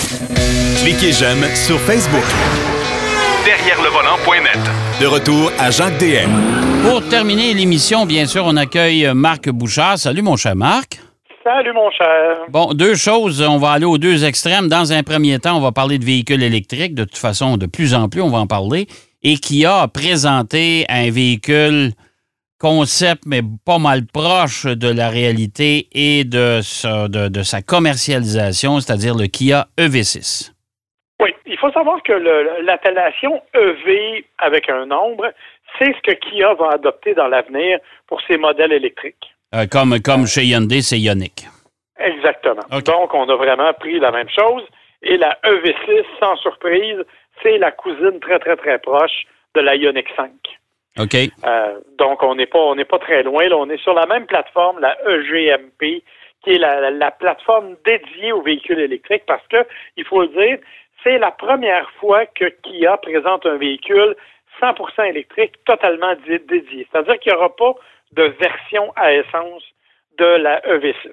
Cliquez j'aime sur Facebook. Derrière le volant.net. De retour à Jacques DM. Pour terminer l'émission, bien sûr, on accueille Marc Bouchard. Salut, mon cher Marc. Salut, mon cher. Bon, deux choses. On va aller aux deux extrêmes. Dans un premier temps, on va parler de véhicules électriques. De toute façon, de plus en plus, on va en parler. Et Kia a présenté un véhicule concept, mais pas mal proche de la réalité et de sa commercialisation, c'est-à-dire le Kia EV6. Oui, il faut savoir que l'appellation EV avec un nombre, c'est ce que Kia va adopter dans l'avenir pour ses modèles électriques. Comme chez Hyundai, c'est Ioniq. Exactement. Okay. Donc, on a vraiment pris la même chose. Et la EV6, sans surprise, c'est la cousine très, très, très proche de la Ioniq 5. OK. Donc, on n'est pas très loin. Là. On est sur la même plateforme, la EGMP, qui est la plateforme dédiée aux véhicules électriques parce que, il faut le dire, c'est la première fois que Kia présente un véhicule 100% électrique totalement dédié. C'est-à-dire qu'il n'y aura pas de version à essence de la EV6.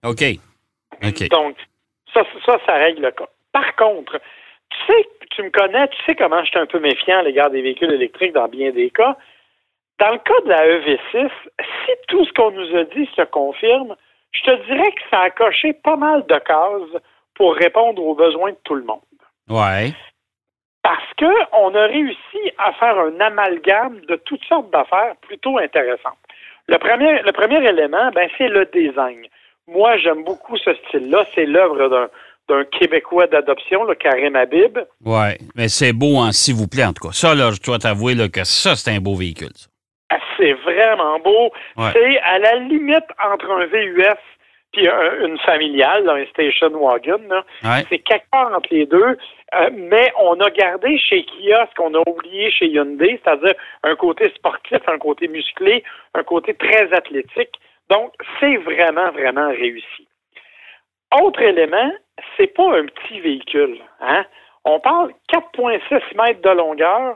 OK. Donc, ça règle le cas. Par contre, tu me connais, tu sais comment je suis un peu méfiant à l'égard des véhicules électriques dans bien des cas. Dans le cas de la EV6, si tout ce qu'on nous a dit se confirme, je te dirais que ça a coché pas mal de cases pour répondre aux besoins de tout le monde. Ouais. Parce qu'on a réussi à faire un amalgame de toutes sortes d'affaires plutôt intéressantes. Le premier élément, c'est le design. Moi, j'aime beaucoup ce style-là. C'est l'œuvre d'un Québécois d'adoption, le Karim Habib. Oui, mais c'est beau, hein, s'il vous plaît, en tout cas. Ça, là, je dois t'avouer là, que ça, c'est un beau véhicule. Ça. C'est vraiment beau. Ouais. C'est à la limite entre un VUS puis une familiale, là, un station wagon. Là. Ouais. C'est quelque part entre les deux. Mais on a gardé chez Kia ce qu'on a oublié chez Hyundai, c'est-à-dire un côté sportif, un côté musclé, un côté très athlétique. Donc, c'est vraiment, vraiment réussi. Autre élément, c'est pas un petit véhicule. Hein? On parle 4,6 mètres de longueur,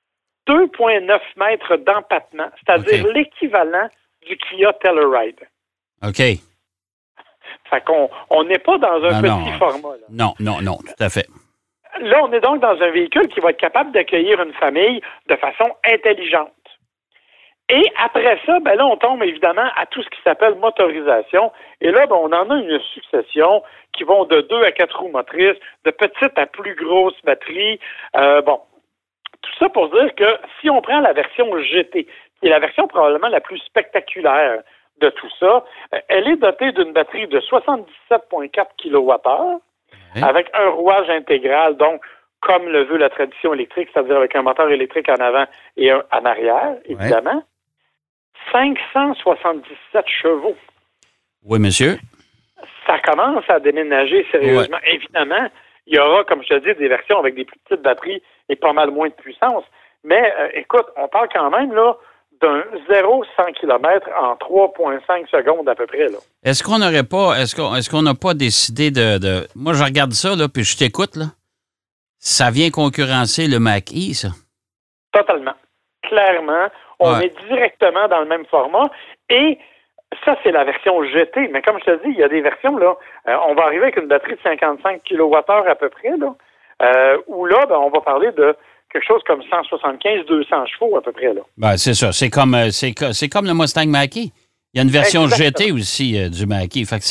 2,9 mètres d'empattement, c'est-à-dire l'équivalent du Kia Telluride. OK. Fait qu'on n'est pas dans un petit format. Là. Non, tout à fait. Là, on est donc dans un véhicule qui va être capable d'accueillir une famille de façon intelligente. Et après ça, là, on tombe évidemment à tout ce qui s'appelle motorisation. Et là, on en a une succession qui vont de 2 à 4 roues motrices, de petites à plus grosses batteries. Tout ça pour dire que si on prend la version GT, qui est la version probablement la plus spectaculaire de tout ça, elle est dotée d'une batterie de 77,4 kWh, avec un rouage intégral, donc comme le veut la tradition électrique, c'est-à-dire avec un moteur électrique en avant et un en arrière, évidemment. 577 chevaux. Oui, monsieur. Ça commence à déménager sérieusement. Ouais. Évidemment, il y aura, comme je te dis, des versions avec des plus petites batteries et pas mal moins de puissance. Mais écoute, on parle quand même là d'un 0-100 km en 3,5 secondes à peu près. Là. Est-ce qu'on n'a pas décidé de... Moi, je regarde ça, là, puis je t'écoute, là. Ça vient concurrencer le Mach-E, ça? Totalement. Clairement, on est directement dans le même format. Et ça, c'est la version GT. Mais comme je te dis, il y a des versions, là, on va arriver avec une batterie de 55 kWh à peu près, là, où là, on va parler de quelque chose comme 175-200 chevaux à peu près, là. C'est ça. C'est comme le Mustang Mach-E. Il y a une version GT aussi du Mach-E. Fait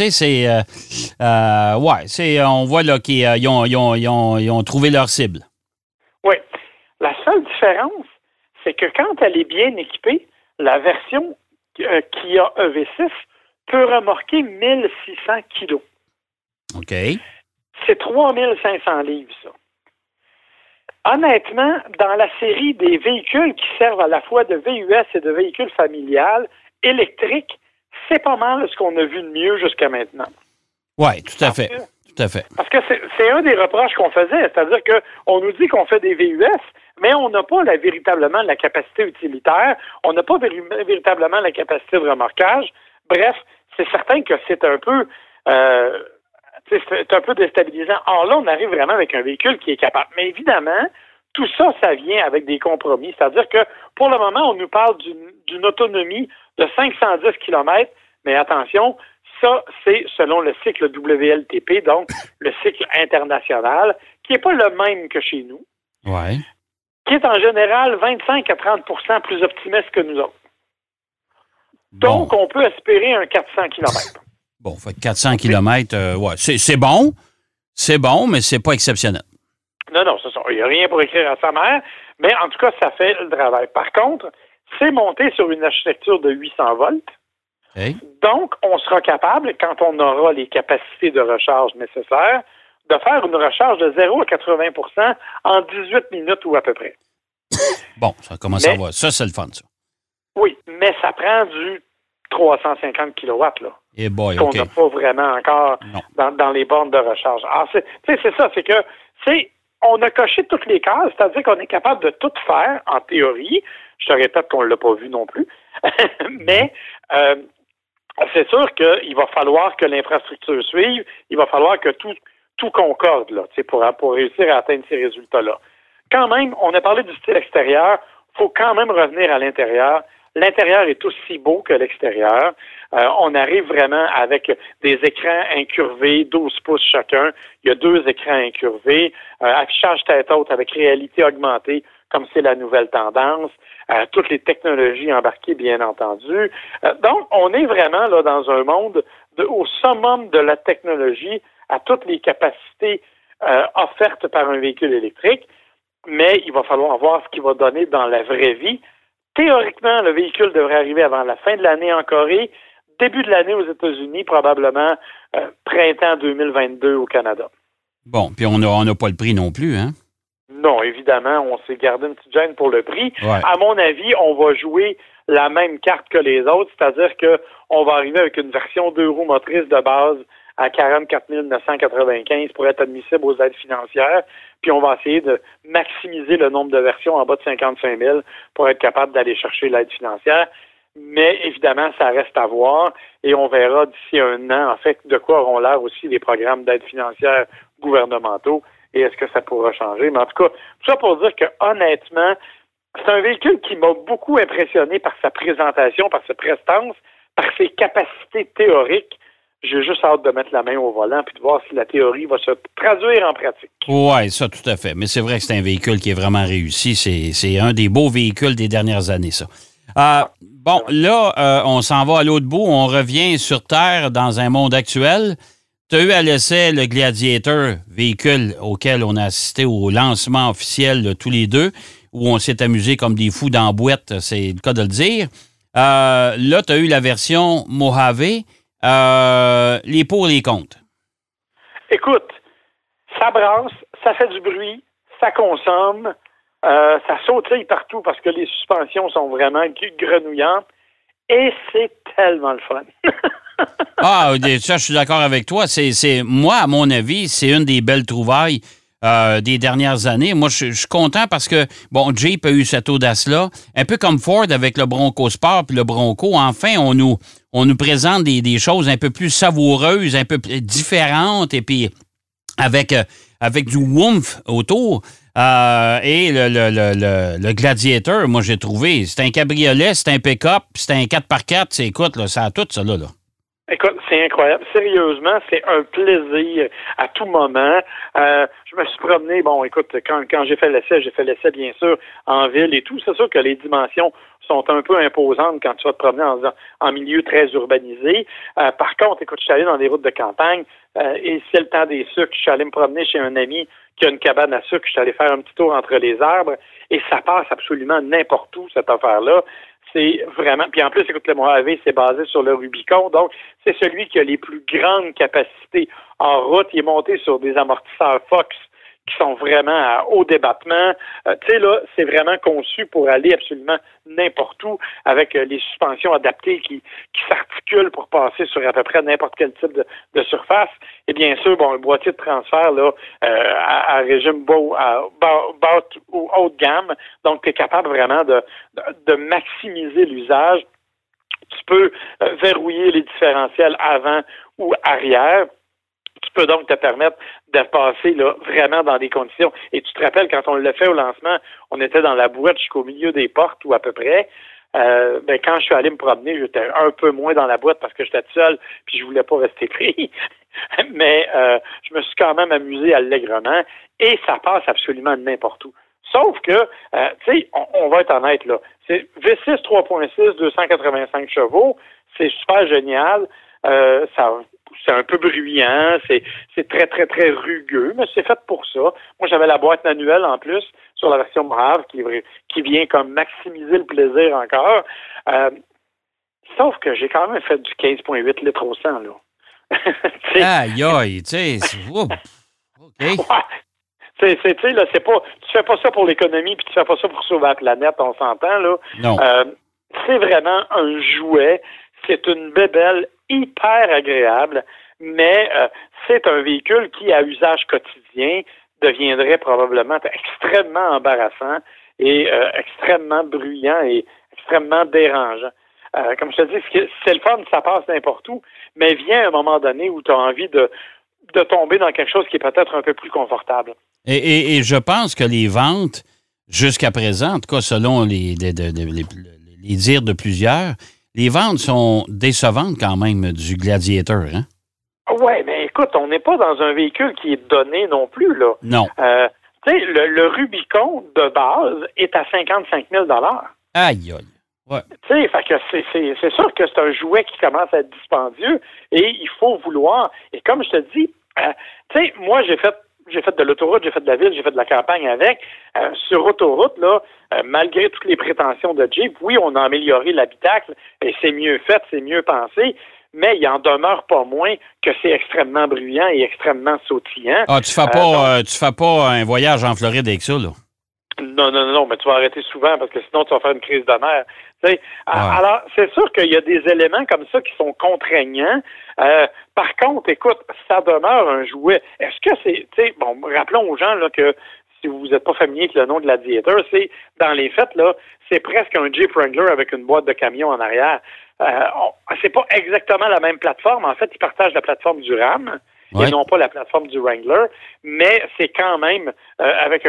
que on voit là qu'ils ont trouvé leur cible. Oui. La seule différence, c'est que quand elle est bien équipée, la version Kia EV6 peut remorquer 1600 kilos. OK. C'est 3500 livres, ça. Honnêtement, dans la série des véhicules qui servent à la fois de VUS et de véhicules familiales électriques, c'est pas mal ce qu'on a vu de mieux jusqu'à maintenant. Oui, tout à fait. Parce que c'est un des reproches qu'on faisait, c'est-à-dire qu'on nous dit qu'on fait des VUS, mais on n'a pas véritablement la capacité utilitaire, on n'a pas véritablement la capacité de remorquage. Bref, c'est certain que c'est un peu déstabilisant. Or là, on arrive vraiment avec un véhicule qui est capable. Mais évidemment, tout ça, ça vient avec des compromis. C'est-à-dire que pour le moment, on nous parle d'une autonomie de 510 km, mais attention, Ça, c'est selon le cycle WLTP, donc le cycle international, qui n'est pas le même que chez nous, qui est en général 25 à 30 % plus optimiste que nous autres. Donc, on peut espérer un 400 km. Bon, fait 400 km, c'est bon. C'est bon, mais c'est pas exceptionnel. Non, c'est ça. Il n'y a rien pour écrire à sa mère, mais en tout cas, ça fait le travail. Par contre, c'est monté sur une architecture de 800 volts. Okay. Donc, on sera capable, quand on aura les capacités de recharge nécessaires, de faire une recharge de 0 à 80 % en 18 minutes ou à peu près. Bon, ça commence à voir. Ça, c'est le fun, ça. Oui, mais ça prend du 350 kW, là. Et boy, qu'on n'a pas vraiment encore dans les bornes de recharge. Alors, c'est ça, c'est que on a coché toutes les cases, c'est-à-dire qu'on est capable de tout faire, en théorie. Je te répète qu'on ne l'a pas vu non plus. Mais c'est sûr qu'il va falloir que l'infrastructure suive, il va falloir que tout concorde là, pour réussir à atteindre ces résultats-là. Quand même, on a parlé du style extérieur, il faut quand même revenir à l'intérieur. L'intérieur est aussi beau que l'extérieur. On arrive vraiment avec des écrans incurvés, 12 pouces chacun. Il y a 2 écrans incurvés, affichage tête haute avec réalité augmentée, comme c'est la nouvelle tendance. Toutes les technologies embarquées, bien entendu. Donc, on est vraiment là dans un monde au summum de la technologie, à toutes les capacités offertes par un véhicule électrique. Mais il va falloir voir ce qu'il va donner dans la vraie vie. Théoriquement, le véhicule devrait arriver avant la fin de l'année en Corée, début de l'année aux États-Unis, probablement printemps 2022 au Canada. Bon, puis on n'a pas le prix non plus, hein? Non, évidemment, on s'est gardé une petite gêne pour le prix. Ouais. À mon avis, on va jouer la même carte que les autres, c'est-à-dire qu'on va arriver avec une version 2 roues motrices de base à 44 995 pour être admissible aux aides financières. Puis on va essayer de maximiser le nombre de versions en bas de 55 000 pour être capable d'aller chercher l'aide financière. Mais évidemment, ça reste à voir et on verra d'ici un an, en fait, de quoi auront l'air aussi les programmes d'aide financière gouvernementaux et est-ce que ça pourra changer. Mais en tout cas, tout ça pour dire que honnêtement, c'est un véhicule qui m'a beaucoup impressionné par sa présentation, par sa prestance, par ses capacités théoriques. J'ai juste hâte de mettre la main au volant puis de voir si la théorie va se traduire en pratique. Oui, ça, tout à fait. Mais c'est vrai que c'est un véhicule qui est vraiment réussi. C'est un des beaux véhicules des dernières années, ça. On s'en va à l'autre bout. On revient sur Terre dans un monde actuel. Tu as eu à l'essai le Gladiator, véhicule auquel on a assisté au lancement officiel tous les deux, où on s'est amusé comme des fous dans la boîte, c'est le cas de le dire. Là, tu as eu la version Mojave. Les pour, les contre. Écoute, ça brasse, ça fait du bruit, ça consomme, ça sautille partout parce que les suspensions sont vraiment grenouillantes et c'est tellement le fun. Ça, je suis d'accord avec toi. Moi, à mon avis, c'est une des belles trouvailles des dernières années. Moi, je suis content parce que, Jeep a eu cette audace-là. Un peu comme Ford avec le Bronco Sport puis le Bronco. Enfin, on nous présente des choses un peu plus savoureuses, un peu plus différentes et puis avec du oomph autour. Et le Gladiator, moi, j'ai trouvé, c'est un cabriolet, c'est un pick-up, c'est un 4x4. Écoute, là, ça a tout, ça, là. Écoute, c'est incroyable. Sérieusement, c'est un plaisir à tout moment. Je me suis promené, quand j'ai fait l'essai, bien sûr, en ville et tout. C'est sûr que les dimensions sont un peu imposantes quand tu vas te promener en milieu très urbanisé. Par contre, écoute, je suis allé dans des routes de campagne et c'est le temps des sucres. Je suis allé me promener chez un ami qui a une cabane à sucre. Je suis allé faire un petit tour entre les arbres et ça passe absolument n'importe où, cette affaire-là. C'est vraiment... Puis en plus, écoute, le Mojave, c'est basé sur le Rubicon. Donc, c'est celui qui a les plus grandes capacités en route. Il est monté sur des amortisseurs Fox qui sont vraiment à haut débattement. Tu sais, là, c'est vraiment conçu pour aller absolument n'importe où avec les suspensions adaptées qui s'articulent pour passer sur à peu près n'importe quel type de surface. Et bien sûr, un boîtier de transfert là à régime bas ou haut de gamme. Donc, tu es capable vraiment de maximiser l'usage. Tu peux verrouiller les différentiels avant ou arrière. Tu peux donc te permettre de passer là, vraiment dans des conditions. Et tu te rappelles, quand on l'a fait au lancement, on était dans la boîte jusqu'au milieu des portes ou à peu près. quand je suis allé me promener, j'étais un peu moins dans la boîte parce que j'étais seul puis je voulais pas rester pris. Mais je me suis quand même amusé allègrement et ça passe absolument n'importe où. Sauf que, tu sais, on va être honnête, là. C'est V6 3.6, 285 chevaux, c'est super génial. C'est un peu bruyant, c'est très, très, très rugueux, mais c'est fait pour ça. Moi, j'avais la boîte manuelle en plus sur la version brave qui vient comme maximiser le plaisir encore. Sauf que j'ai quand même fait du 15,8 litres au 100, là. Aïe, aïe, tu sais, OK. Ouais. Tu sais, là, c'est pas, tu fais pas ça pour l'économie puis tu fais pas ça pour sauver la planète, on s'entend, là. Non. C'est vraiment un jouet. C'est une bébelle hyper agréable, mais c'est un véhicule qui, à usage quotidien, deviendrait probablement extrêmement embarrassant et extrêmement bruyant et extrêmement dérangeant. Comme je te dis, c'est le fun, ça passe n'importe où, mais vient un moment donné où tu as envie de tomber dans quelque chose qui est peut-être un peu plus confortable. Et je pense que les ventes, jusqu'à présent, en tout cas selon les dires de plusieurs, les ventes sont décevantes quand même du Gladiator, hein? Oui, mais écoute, on n'est pas dans un véhicule qui est donné non plus, là. Non. Tu sais, le Rubicon de base est à 55 000 $. Aïe, aïe. Ouais. Tu sais, fait que c'est sûr que c'est un jouet qui commence à être dispendieux et il faut vouloir. Et comme je te dis, tu sais, moi, j'ai fait de l'autoroute, j'ai fait de la ville, j'ai fait de la campagne avec. Sur autoroute, là, malgré toutes les prétentions de Jeep, oui, on a amélioré l'habitacle et c'est mieux fait, c'est mieux pensé, mais il en demeure pas moins que c'est extrêmement bruyant et extrêmement sautillant. Ah, tu fais pas un voyage en Floride avec ça, là? Non, mais tu vas arrêter souvent parce que sinon tu vas faire une crise de nerfs. Ouais. Alors, c'est sûr qu'il y a des éléments comme ça qui sont contraignants. Par contre, écoute, ça demeure un jouet. Est-ce que c'est, tu sais, bon, rappelons aux gens là que si vous n'êtes pas familier avec le nom de Gladiator, c'est, dans les faits, là, c'est presque un Jeep Wrangler avec une boîte de camion en arrière. C'est pas exactement la même plateforme. En fait, ils partagent la plateforme du Ram et non pas la plateforme du Wrangler, mais c'est quand même avec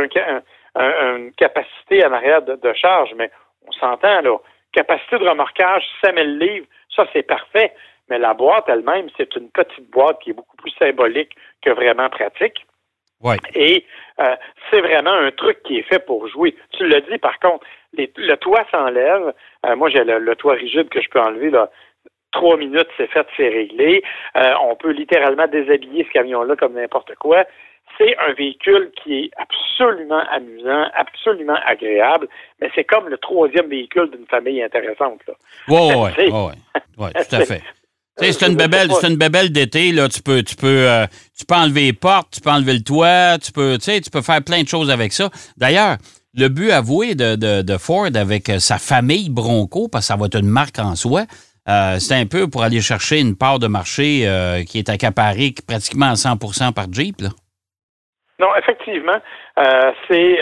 une capacité en arrière de charge, mais on s'entend, là. Capacité de remorquage, 5000 livres, ça, c'est parfait. Mais la boîte elle-même, c'est une petite boîte qui est beaucoup plus symbolique que vraiment pratique. Ouais. Et c'est vraiment un truc qui est fait pour jouer. Tu l'as dit, par contre, le toit s'enlève. Moi, j'ai le toit rigide que je peux enlever, là. 3 minutes, c'est fait, c'est réglé. On peut littéralement déshabiller ce camion-là comme n'importe quoi. C'est un véhicule qui est absolument amusant, absolument agréable, mais c'est comme le 3e véhicule d'une famille intéressante, là. Oui, tout à fait. C'est une bébelle d'été, là. Tu peux enlever les portes, tu peux enlever le toit, tu peux faire plein de choses avec ça. D'ailleurs, le but avoué de Ford avec sa famille Bronco, parce que ça va être une marque en soi, c'est un peu pour aller chercher une part de marché qui est accaparée pratiquement à 100% par Jeep, là. Non, effectivement, c'est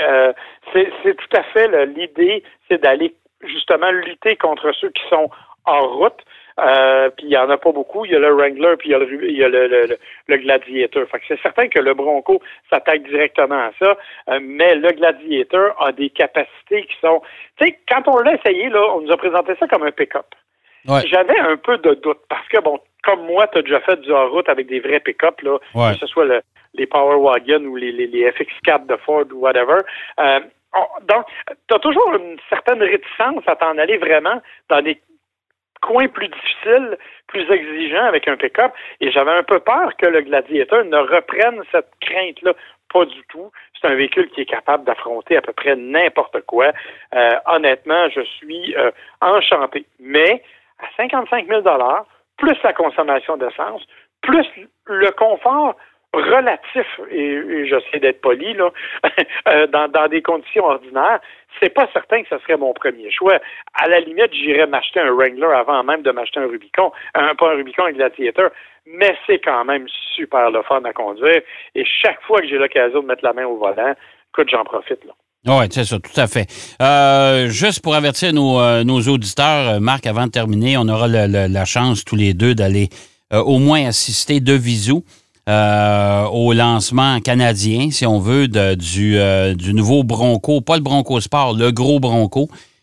tout à fait l'idée, c'est d'aller justement lutter contre ceux qui sont hors route. Puis il n'y en a pas beaucoup. Il y a le Wrangler, puis il y a le Gladiator. Fait que c'est certain que le Bronco s'attaque directement à ça, mais le Gladiator a des capacités qui sont... Tu sais, quand on l'a essayé, là, on nous a présenté ça comme un pick-up. Ouais. J'avais un peu de doute, parce que, bon, comme moi, tu as déjà fait du hors-route avec des vrais pick-up, là, que ce soit les Power Wagon ou les FX4 de Ford ou whatever. Donc, tu as toujours une certaine réticence à t'en aller vraiment dans des coins plus difficiles, plus exigeants avec un pick-up. Et j'avais un peu peur que le Gladiator ne reprenne cette crainte-là. Pas du tout. C'est un véhicule qui est capable d'affronter à peu près n'importe quoi. Honnêtement, je suis enchanté. Mais à 55 000 $, plus la consommation d'essence, plus le confort relatif, et j'essaie d'être poli, là, dans des conditions ordinaires, c'est pas certain que ce serait mon premier choix. À la limite, j'irais m'acheter un Wrangler avant même de m'acheter un Rubicon. Pas un Rubicon, un Gladiator, mais c'est quand même super le fun à conduire. Et chaque fois que j'ai l'occasion de mettre la main au volant, écoute, j'en profite, là. Oui, c'est ça, tout à fait. Juste pour avertir nos auditeurs, Marc, avant de terminer, on aura la chance tous les deux d'aller au moins assister de visu au lancement canadien, si on veut, du nouveau Bronco, pas le Bronco Sport, le gros Bronco,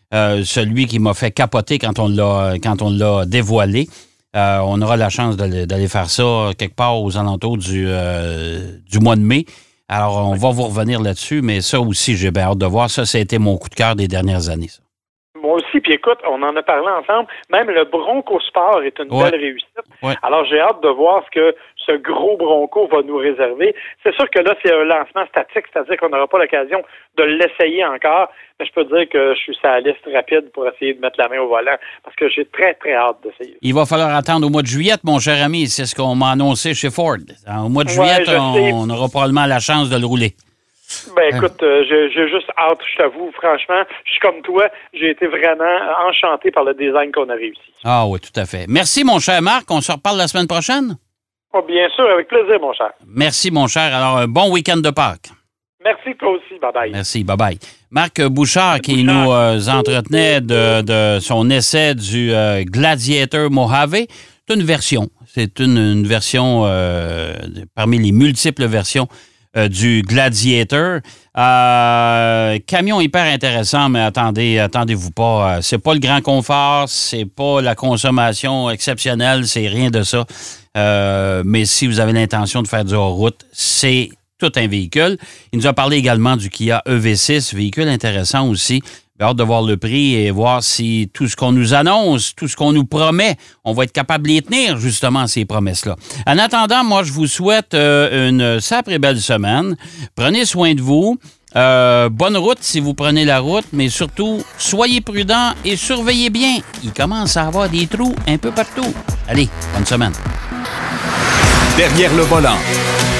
celui qui m'a fait capoter quand on l'a dévoilé. On aura la chance d'aller faire ça quelque part aux alentours du mois de mai. Alors, on va vous revenir là-dessus, mais ça aussi, j'ai bien hâte de voir. Ça a été mon coup de cœur des dernières années, ça. Moi aussi, puis écoute, on en a parlé ensemble. Même le Bronco Sport est une belle réussite. Ouais. Alors, j'ai hâte de voir ce que ce gros Bronco va nous réserver. C'est sûr que là, c'est un lancement statique, c'est-à-dire qu'on n'aura pas l'occasion de l'essayer encore. Mais je peux dire que je suis sur la liste rapide pour essayer de mettre la main au volant parce que j'ai très, très hâte d'essayer. Il va falloir attendre au mois de juillet, mon cher ami. C'est ce qu'on m'a annoncé chez Ford. Au mois de juillet, on aura probablement la chance de le rouler. Ben écoute, j'ai juste hâte, je t'avoue, franchement, je suis comme toi, j'ai été vraiment enchanté par le design qu'on a réussi. Ah oui, tout à fait. Merci, mon cher Marc. On se reparle la semaine prochaine? Oh, bien sûr, avec plaisir, mon cher. Merci, mon cher. Alors, un bon week-end de Pâques. Merci, toi aussi. Bye-bye. Merci, bye-bye. Marc Bouchard qui nous entretenait de son essai du Gladiator Mojave. C'est une version. C'est une version parmi les multiples versions du Gladiator. Camion hyper intéressant, mais attendez-vous pas. C'est pas le grand confort, c'est pas la consommation exceptionnelle, c'est rien de ça. Mais si vous avez l'intention de faire du hors-route, c'est tout un véhicule. Il nous a parlé également du Kia EV6, véhicule intéressant aussi. J'ai hâte de voir le prix et voir si tout ce qu'on nous annonce, tout ce qu'on nous promet, on va être capable de les tenir, justement, ces promesses-là. En attendant, moi, je vous souhaite une sacrée belle semaine. Prenez soin de vous. Bonne route si vous prenez la route, mais surtout, soyez prudents et surveillez bien. Il commence à avoir des trous un peu partout. Allez, bonne semaine. Derrière le volant.